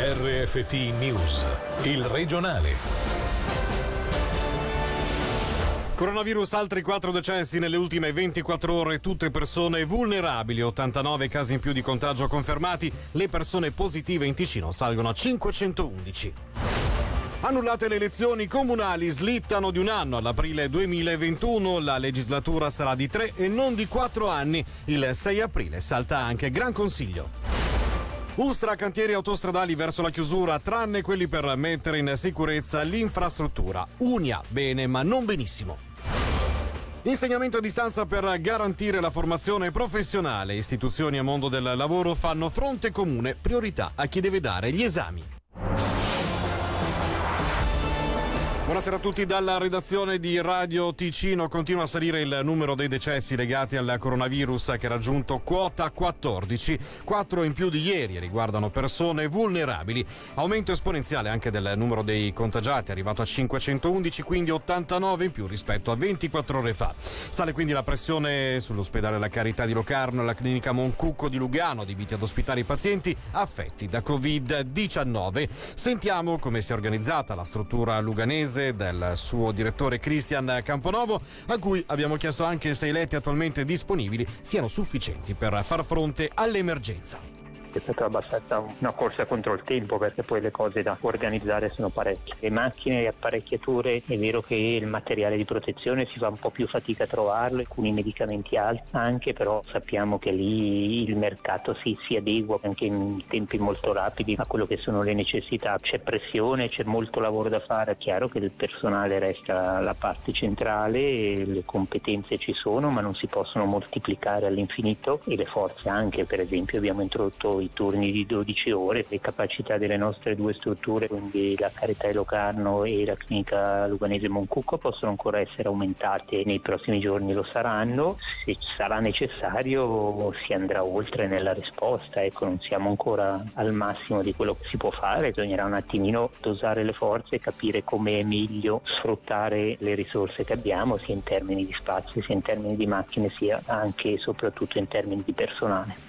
RFT News, il regionale. Coronavirus, altri 4 decessi nelle ultime 24 ore, tutte persone vulnerabili, 89 casi in più di contagio confermati, le persone positive in Ticino salgono a 511. Annullate le elezioni comunali, slittano di un anno all'aprile 2021, la legislatura sarà di 3 e non di 4 anni, il 6 aprile salta anche Gran Consiglio. Ustra, cantieri autostradali verso la chiusura, tranne quelli per mettere in sicurezza l'infrastruttura. Unia, bene ma non benissimo. Insegnamento a distanza per garantire la formazione professionale. Istituzioni e mondo del lavoro fanno fronte comune, priorità a chi deve dare gli esami. Buonasera a tutti dalla redazione di Radio Ticino. Continua a salire il numero dei decessi legati al coronavirus, che ha raggiunto quota 14, 4 in più di ieri, riguardano persone vulnerabili. Aumento esponenziale anche del numero dei contagiati, arrivato a 511, quindi 89 in più rispetto a 24 ore fa. Sale quindi la pressione sull'ospedale La Carità di Locarno e la clinica Moncucco di Lugano, adibiti ad ospitare i pazienti affetti da Covid-19. Sentiamo come si è organizzata la struttura luganese del suo direttore Cristian Camponovo, a cui abbiamo chiesto anche se i letti attualmente disponibili siano sufficienti per far fronte all'emergenza. È stata abbastanza una corsa contro il tempo, perché poi le cose da organizzare sono parecchie. Le macchine, le apparecchiature, è vero che il materiale di protezione si fa un po' più fatica a trovarlo, alcuni medicamenti anche, però sappiamo che lì il mercato si adegua anche in tempi molto rapidi a quello che sono le necessità. C'è pressione, c'è molto lavoro da fare, è chiaro che il personale resta la parte centrale, le competenze ci sono ma non si possono moltiplicare all'infinito, e le forze anche. Per esempio abbiamo introdotto i turni di 12 ore, le capacità delle nostre due strutture, quindi la Carità di Locarno e la clinica luganese Moncucco, possono ancora essere aumentate nei prossimi giorni, lo saranno. Se sarà necessario si andrà oltre nella risposta, non siamo ancora al massimo di quello che si può fare, bisognerà un attimino dosare le forze e capire come è meglio sfruttare le risorse che abbiamo, sia in termini di spazio, sia in termini di macchine, sia anche e soprattutto in termini di personale.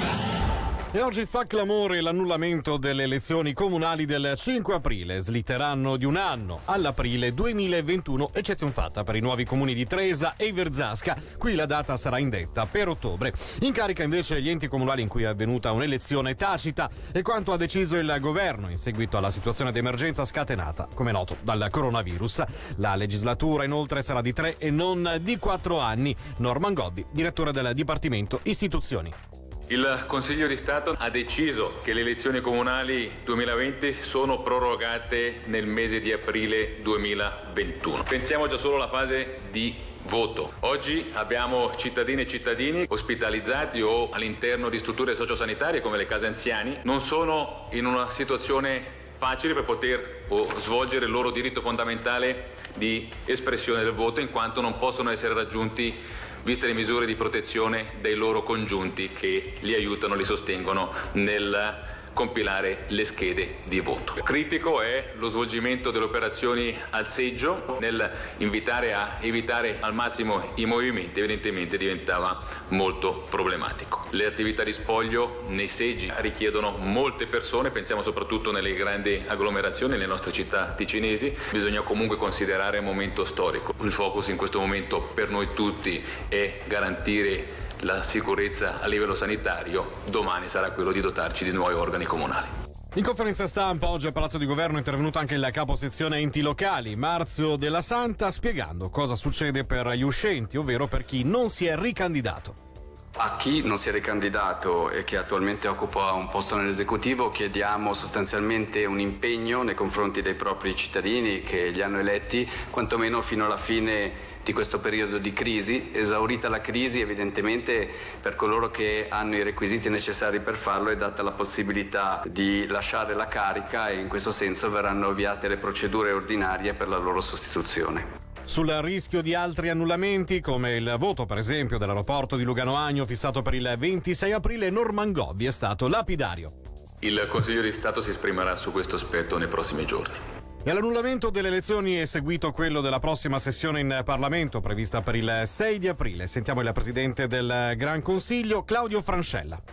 E oggi fa clamore l'annullamento delle elezioni comunali del 5 aprile. Slitteranno di un anno all'aprile 2021, eccezione fatta per i nuovi comuni di Tresa e Verzasca. Qui la data sarà indetta per ottobre. In carica invece gli enti comunali in cui è avvenuta un'elezione tacita, e quanto ha deciso il governo in seguito alla situazione d'emergenza scatenata, come noto, dal coronavirus. La legislatura inoltre sarà di 3 e non di 4 anni. Norman Gobbi, direttore del Dipartimento Istituzioni. Il Consiglio di Stato ha deciso che le elezioni comunali 2020 sono prorogate nel mese di aprile 2021. Pensiamo già solo alla fase di voto. Oggi abbiamo cittadine e cittadini ospitalizzati o all'interno di strutture sociosanitarie come le case anziani, non sono in una situazione facile per poter svolgere il loro diritto fondamentale di espressione del voto, in quanto non possono essere raggiunti viste le misure di protezione dei loro congiunti che li aiutano, li sostengono nel compilare le schede di voto. Critico è lo svolgimento delle operazioni al seggio, nel invitare a evitare al massimo i movimenti, evidentemente diventava molto problematico. Le attività di spoglio nei seggi richiedono molte persone, pensiamo soprattutto nelle grandi agglomerazioni, nelle nostre città ticinesi. Bisogna comunque considerare un momento storico. Il focus in questo momento per noi tutti è garantire la sicurezza a livello sanitario. Domani sarà quello di dotarci di nuovi organi comunali. In conferenza stampa oggi al Palazzo di Governo è intervenuto anche il capo sezione enti locali, Marzio Della Santa, spiegando cosa succede per gli uscenti, ovvero per chi non si è ricandidato. A chi non si è ricandidato e che attualmente occupa un posto nell'esecutivo chiediamo sostanzialmente un impegno nei confronti dei propri cittadini che li hanno eletti, quantomeno fino alla fine di questo periodo di crisi. Esaurita la crisi, evidentemente per coloro che hanno i requisiti necessari per farlo è data la possibilità di lasciare la carica, e in questo senso verranno avviate le procedure ordinarie per la loro sostituzione. Sul rischio di altri annullamenti, come il voto per esempio dell'aeroporto di Lugano Agno fissato per il 26 aprile, Norman Gobbi è stato lapidario. Il Consiglio di Stato si esprimerà su questo aspetto nei prossimi giorni. E all'annullamento delle elezioni è seguito quello della prossima sessione in Parlamento, prevista per il 6 di aprile. Sentiamo il presidente del Gran Consiglio, Claudio Francella.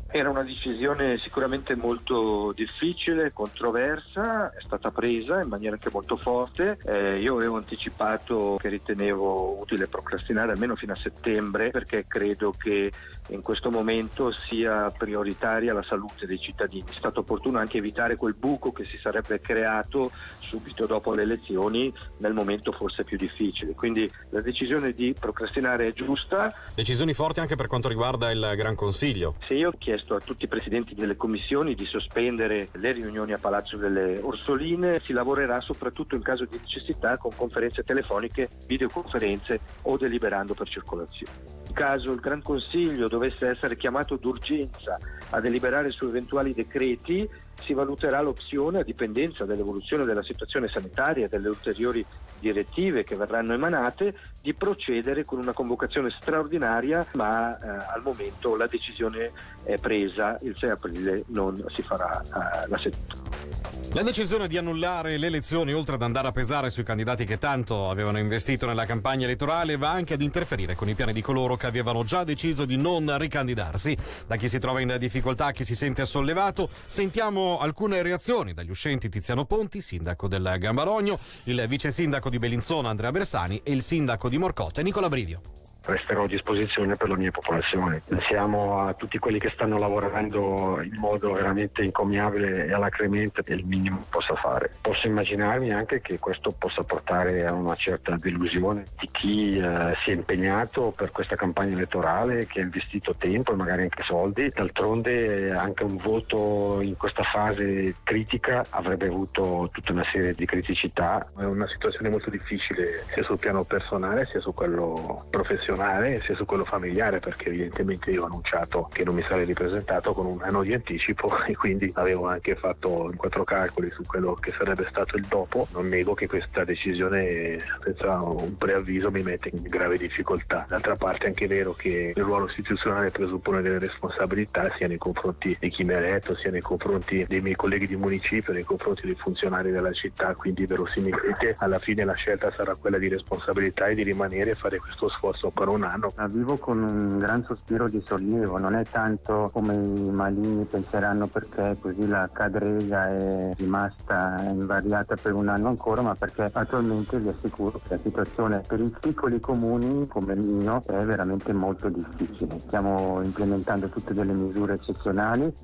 Era una decisione sicuramente molto difficile, controversa, è stata presa in maniera anche molto forte. Io avevo anticipato che ritenevo utile procrastinare almeno fino a settembre, perché credo che in questo momento sia prioritaria la salute dei cittadini. È stato opportuno anche evitare quel buco che si sarebbe creato subito dopo le elezioni, nel momento forse più difficile. Quindi la decisione di procrastinare è giusta. Decisioni forti anche per quanto riguarda il Gran Consiglio. Se io ho chiesto a tutti i presidenti delle commissioni di sospendere le riunioni a Palazzo delle Orsoline, si lavorerà soprattutto in caso di necessità con conferenze telefoniche, videoconferenze o deliberando per circolazione. In caso il Gran Consiglio dovesse essere chiamato d'urgenza a deliberare su eventuali decreti, si valuterà l'opzione, a dipendenza dell'evoluzione della situazione sanitaria e delle ulteriori direttive che verranno emanate, di procedere con una convocazione straordinaria, ma al momento la decisione è presa, il 6 aprile non si farà la seduta. La decisione di annullare le elezioni, oltre ad andare a pesare sui candidati che tanto avevano investito nella campagna elettorale, va anche ad interferire con i piani di coloro che avevano già deciso di non ricandidarsi. Da chi si trova in difficoltà a chi si sente sollevato, sentiamo alcune reazioni dagli uscenti Tiziano Ponti, sindaco del Gambarogno, il vice sindaco di Bellinzona Andrea Bersani e il sindaco di Morcote Nicola Brivio. Resterò a disposizione per la mia popolazione. Pensiamo a tutti quelli che stanno lavorando in modo veramente incommiabile e alacremente, è il minimo che possa fare. Posso immaginarmi anche che questo possa portare a una certa delusione di chi si è impegnato per questa campagna elettorale, che ha investito tempo e magari anche soldi. D'altronde anche un voto in questa fase critica avrebbe avuto tutta una serie di criticità. È una situazione molto difficile sia sul piano personale sia su quello professionale, sia su quello familiare, perché evidentemente io ho annunciato che non mi sarei ripresentato con un anno di anticipo e quindi avevo anche fatto 4 calcoli su quello che sarebbe stato il dopo. Non nego che questa decisione senza un preavviso mi mette in grave difficoltà. D'altra parte è anche vero che il ruolo istituzionale presuppone delle responsabilità sia nei confronti di chi mi ha eletto, sia nei confronti dei miei colleghi di municipio, nei confronti dei funzionari della città, quindi verosimilmente alla fine la scelta sarà quella di responsabilità e di rimanere e fare questo sforzo per un anno. La vivo con un gran sospiro di sollievo, non è tanto come i maligni penseranno perché così la cadrega è rimasta invariata per un anno ancora, ma perché attualmente vi assicuro che la situazione per i piccoli comuni come il mio è veramente molto difficile. Stiamo implementando tutte delle misure eccezionali.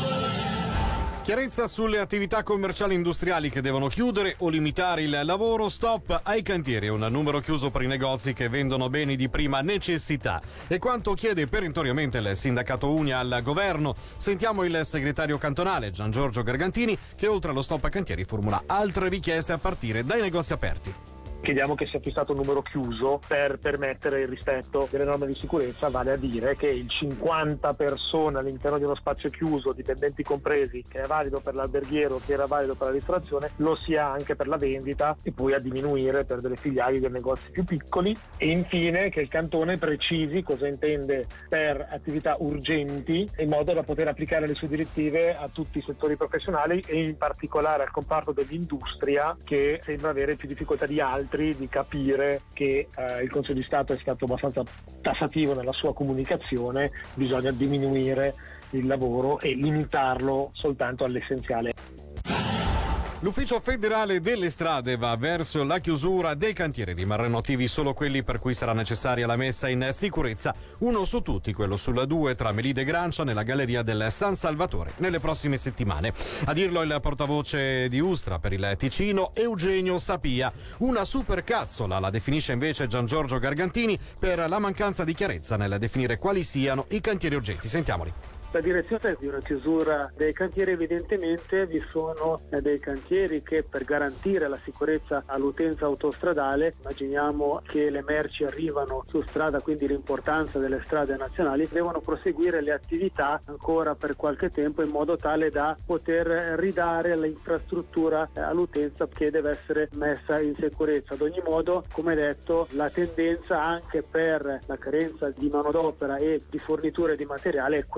Chiarezza sulle attività commerciali e industriali che devono chiudere o limitare il lavoro, stop ai cantieri, un numero chiuso per i negozi che vendono beni di prima necessità. E quanto chiede perentoriamente il sindacato Unia al governo, sentiamo il segretario cantonale Gian Giorgio Gargantini, che oltre allo stop ai cantieri formula altre richieste a partire dai negozi aperti. Chiediamo che sia fissato un numero chiuso per permettere il rispetto delle norme di sicurezza, vale a dire che il 50 persone all'interno di uno spazio chiuso, dipendenti compresi, che è valido per l'alberghiero, che era valido per la ristorazione, lo sia anche per la vendita e poi a diminuire per delle filiali dei negozi più piccoli. E infine che il cantone precisi cosa intende per attività urgenti, in modo da poter applicare le sue direttive a tutti i settori professionali e in particolare al comparto dell'industria, che sembra avere più difficoltà di altri di capire che il Consiglio di Stato è stato abbastanza tassativo nella sua comunicazione. Bisogna diminuire il lavoro e limitarlo soltanto all'essenziale. L'Ufficio federale delle strade va verso la chiusura dei cantieri. Rimarranno attivi solo quelli per cui sarà necessaria la messa in sicurezza, uno su tutti, quello sulla 2 tra Melide e Grancia nella galleria del San Salvatore, nelle prossime settimane. A dirlo il portavoce di Ustra per il Ticino, Eugenio Sapia. Una supercazzola la definisce invece Gian Giorgio Gargantini per la mancanza di chiarezza nel definire quali siano i cantieri urgenti. Sentiamoli. La direzione è di una chiusura dei cantieri. Evidentemente vi sono dei cantieri che, per garantire la sicurezza all'utenza autostradale, immaginiamo che le merci arrivano su strada, quindi l'importanza delle strade nazionali, devono proseguire le attività ancora per qualche tempo in modo tale da poter ridare l'infrastruttura all'utenza che deve essere messa in sicurezza. Ad ogni modo, come detto, la tendenza anche per la carenza di manodopera e di forniture di materiale è quella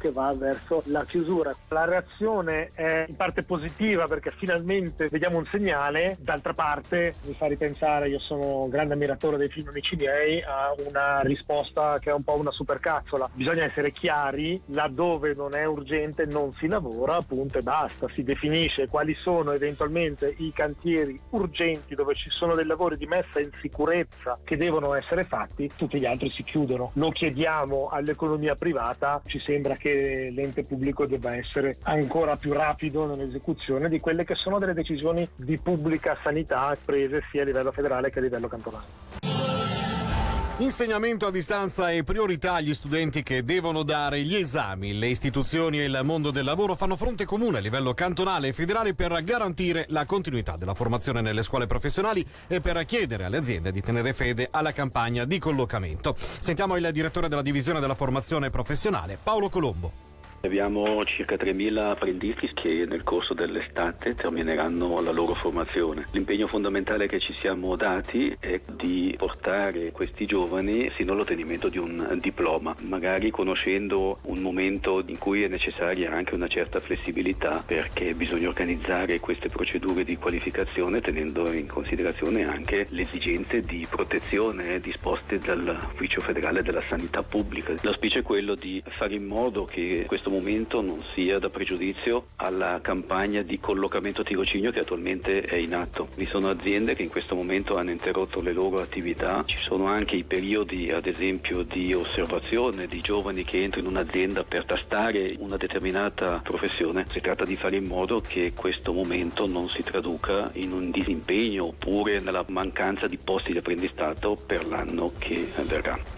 che va verso la chiusura. La reazione è in parte positiva perché finalmente vediamo un segnale, d'altra parte mi fa ripensare, io sono un grande ammiratore dei film amici miei, a una risposta che è un po' una supercazzola. Bisogna essere chiari, laddove non è urgente non si lavora, appunto, e basta. Si definisce quali sono eventualmente i cantieri urgenti dove ci sono dei lavori di messa in sicurezza che devono essere fatti, tutti gli altri si chiudono. Lo chiediamo all'economia privata, ci sembra che l'ente pubblico debba essere ancora più rapido nell'esecuzione di quelle che sono delle decisioni di pubblica sanità prese sia a livello federale che a livello cantonale. Insegnamento a distanza e priorità agli studenti che devono dare gli esami. Le istituzioni e il mondo del lavoro fanno fronte comune a livello cantonale e federale per garantire la continuità della formazione nelle scuole professionali e per chiedere alle aziende di tenere fede alla campagna di collocamento. Sentiamo il direttore della divisione della formazione professionale, Paolo Colombo. Abbiamo circa 3.000 apprendisti che nel corso dell'estate termineranno la loro formazione. L'impegno fondamentale che ci siamo dati è di portare questi giovani sino all'ottenimento di un diploma, magari conoscendo un momento in cui è necessaria anche una certa flessibilità, perché bisogna organizzare queste procedure di qualificazione tenendo in considerazione anche le esigenze di protezione disposte dall'Ufficio Federale della Sanità Pubblica. L'auspicio è quello di fare in modo che questo momento non sia da pregiudizio alla campagna di collocamento tirocinio che attualmente è in atto. Vi sono aziende che in questo momento hanno interrotto le loro attività, ci sono anche i periodi ad esempio di osservazione di giovani che entrano in un'azienda per tastare una determinata professione. Si tratta di fare in modo che questo momento non si traduca in un disimpegno oppure nella mancanza di posti di apprendistato per l'anno che verrà.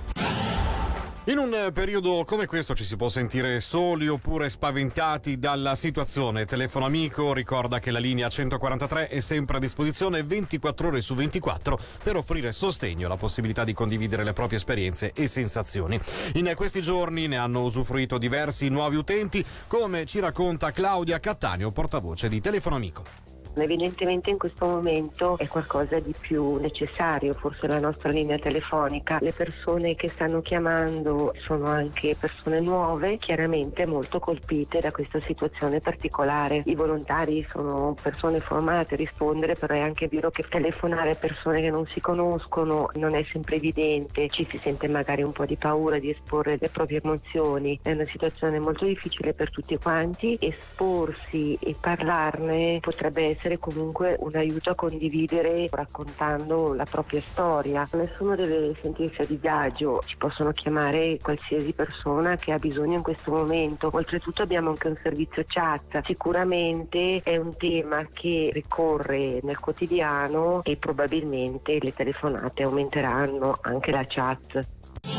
In un periodo come questo ci si può sentire soli oppure spaventati dalla situazione. Telefono Amico ricorda che la linea 143 è sempre a disposizione 24 ore su 24 per offrire sostegno e la possibilità di condividere le proprie esperienze e sensazioni. In questi giorni ne hanno usufruito diversi nuovi utenti, come ci racconta Claudia Cattaneo, portavoce di Telefono Amico. Evidentemente in questo momento è qualcosa di più necessario, forse la nostra linea telefonica. Le persone che stanno chiamando sono anche persone nuove, chiaramente molto colpite da questa situazione particolare. I volontari sono persone formate a rispondere, però è anche vero che telefonare a persone che non si conoscono non è sempre evidente, ci si sente magari un po' di paura di esporre le proprie emozioni. È una situazione molto difficile per tutti quanti, esporsi e parlarne potrebbe essere comunque un aiuto a condividere raccontando la propria storia. Nessuno deve sentirsi a disagio, ci possono chiamare qualsiasi persona che ha bisogno in questo momento. Oltretutto abbiamo anche un servizio chat, sicuramente è un tema che ricorre nel quotidiano e probabilmente le telefonate aumenteranno, anche la chat.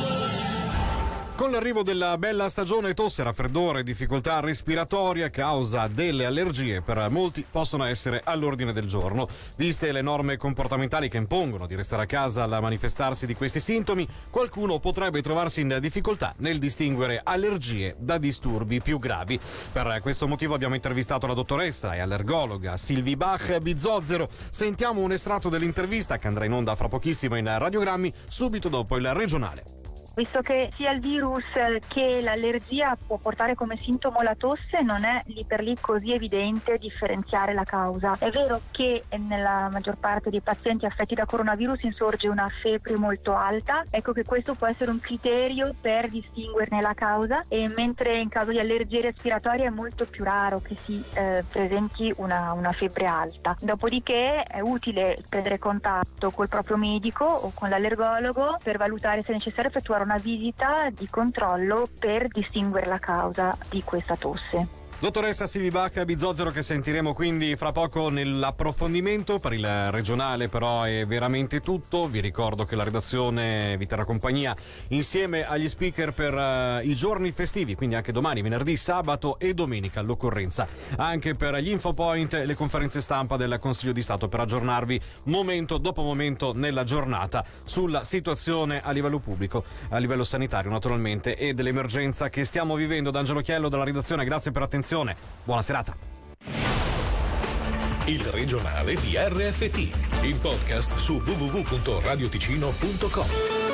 Con l'arrivo della bella stagione, tosse, raffreddore e difficoltà respiratorie a causa delle allergie per molti possono essere all'ordine del giorno. Viste le norme comportamentali che impongono di restare a casa al manifestarsi di questi sintomi, qualcuno potrebbe trovarsi in difficoltà nel distinguere allergie da disturbi più gravi. Per questo motivo abbiamo intervistato la dottoressa e allergologa Sylvie Bach-Bizzozero. Sentiamo un estratto dell'intervista che andrà in onda fra pochissimo in radiogrammi, subito dopo il regionale. Visto che sia il virus che l'allergia può portare come sintomo la tosse, non è lì per lì così evidente differenziare la causa. È vero che nella maggior parte dei pazienti affetti da coronavirus insorge una febbre molto alta, ecco che questo può essere un criterio per distinguerne la causa, e mentre in caso di allergie respiratorie è molto più raro che si presenti una febbre alta. Dopodiché è utile prendere contatto col proprio medico o con l'allergologo per valutare se è necessario effettuare una visita di controllo per distinguere la causa di questa tosse. Dottoressa Sylvie Bach-Bizzozero, che sentiremo quindi fra poco nell'approfondimento. Per il regionale però è veramente tutto. Vi ricordo che la redazione vi terrà compagnia insieme agli speaker per i giorni festivi, quindi anche domani, venerdì, sabato e domenica all'occorrenza. Anche per gli infopoint e le conferenze stampa del Consiglio di Stato per aggiornarvi momento dopo momento nella giornata sulla situazione a livello pubblico, a livello sanitario naturalmente, e dell'emergenza che stiamo vivendo. D'Angelo Chiello dalla redazione, grazie per l'attenzione. Buona serata. Il regionale di RFT, il podcast su www.radioticino.com.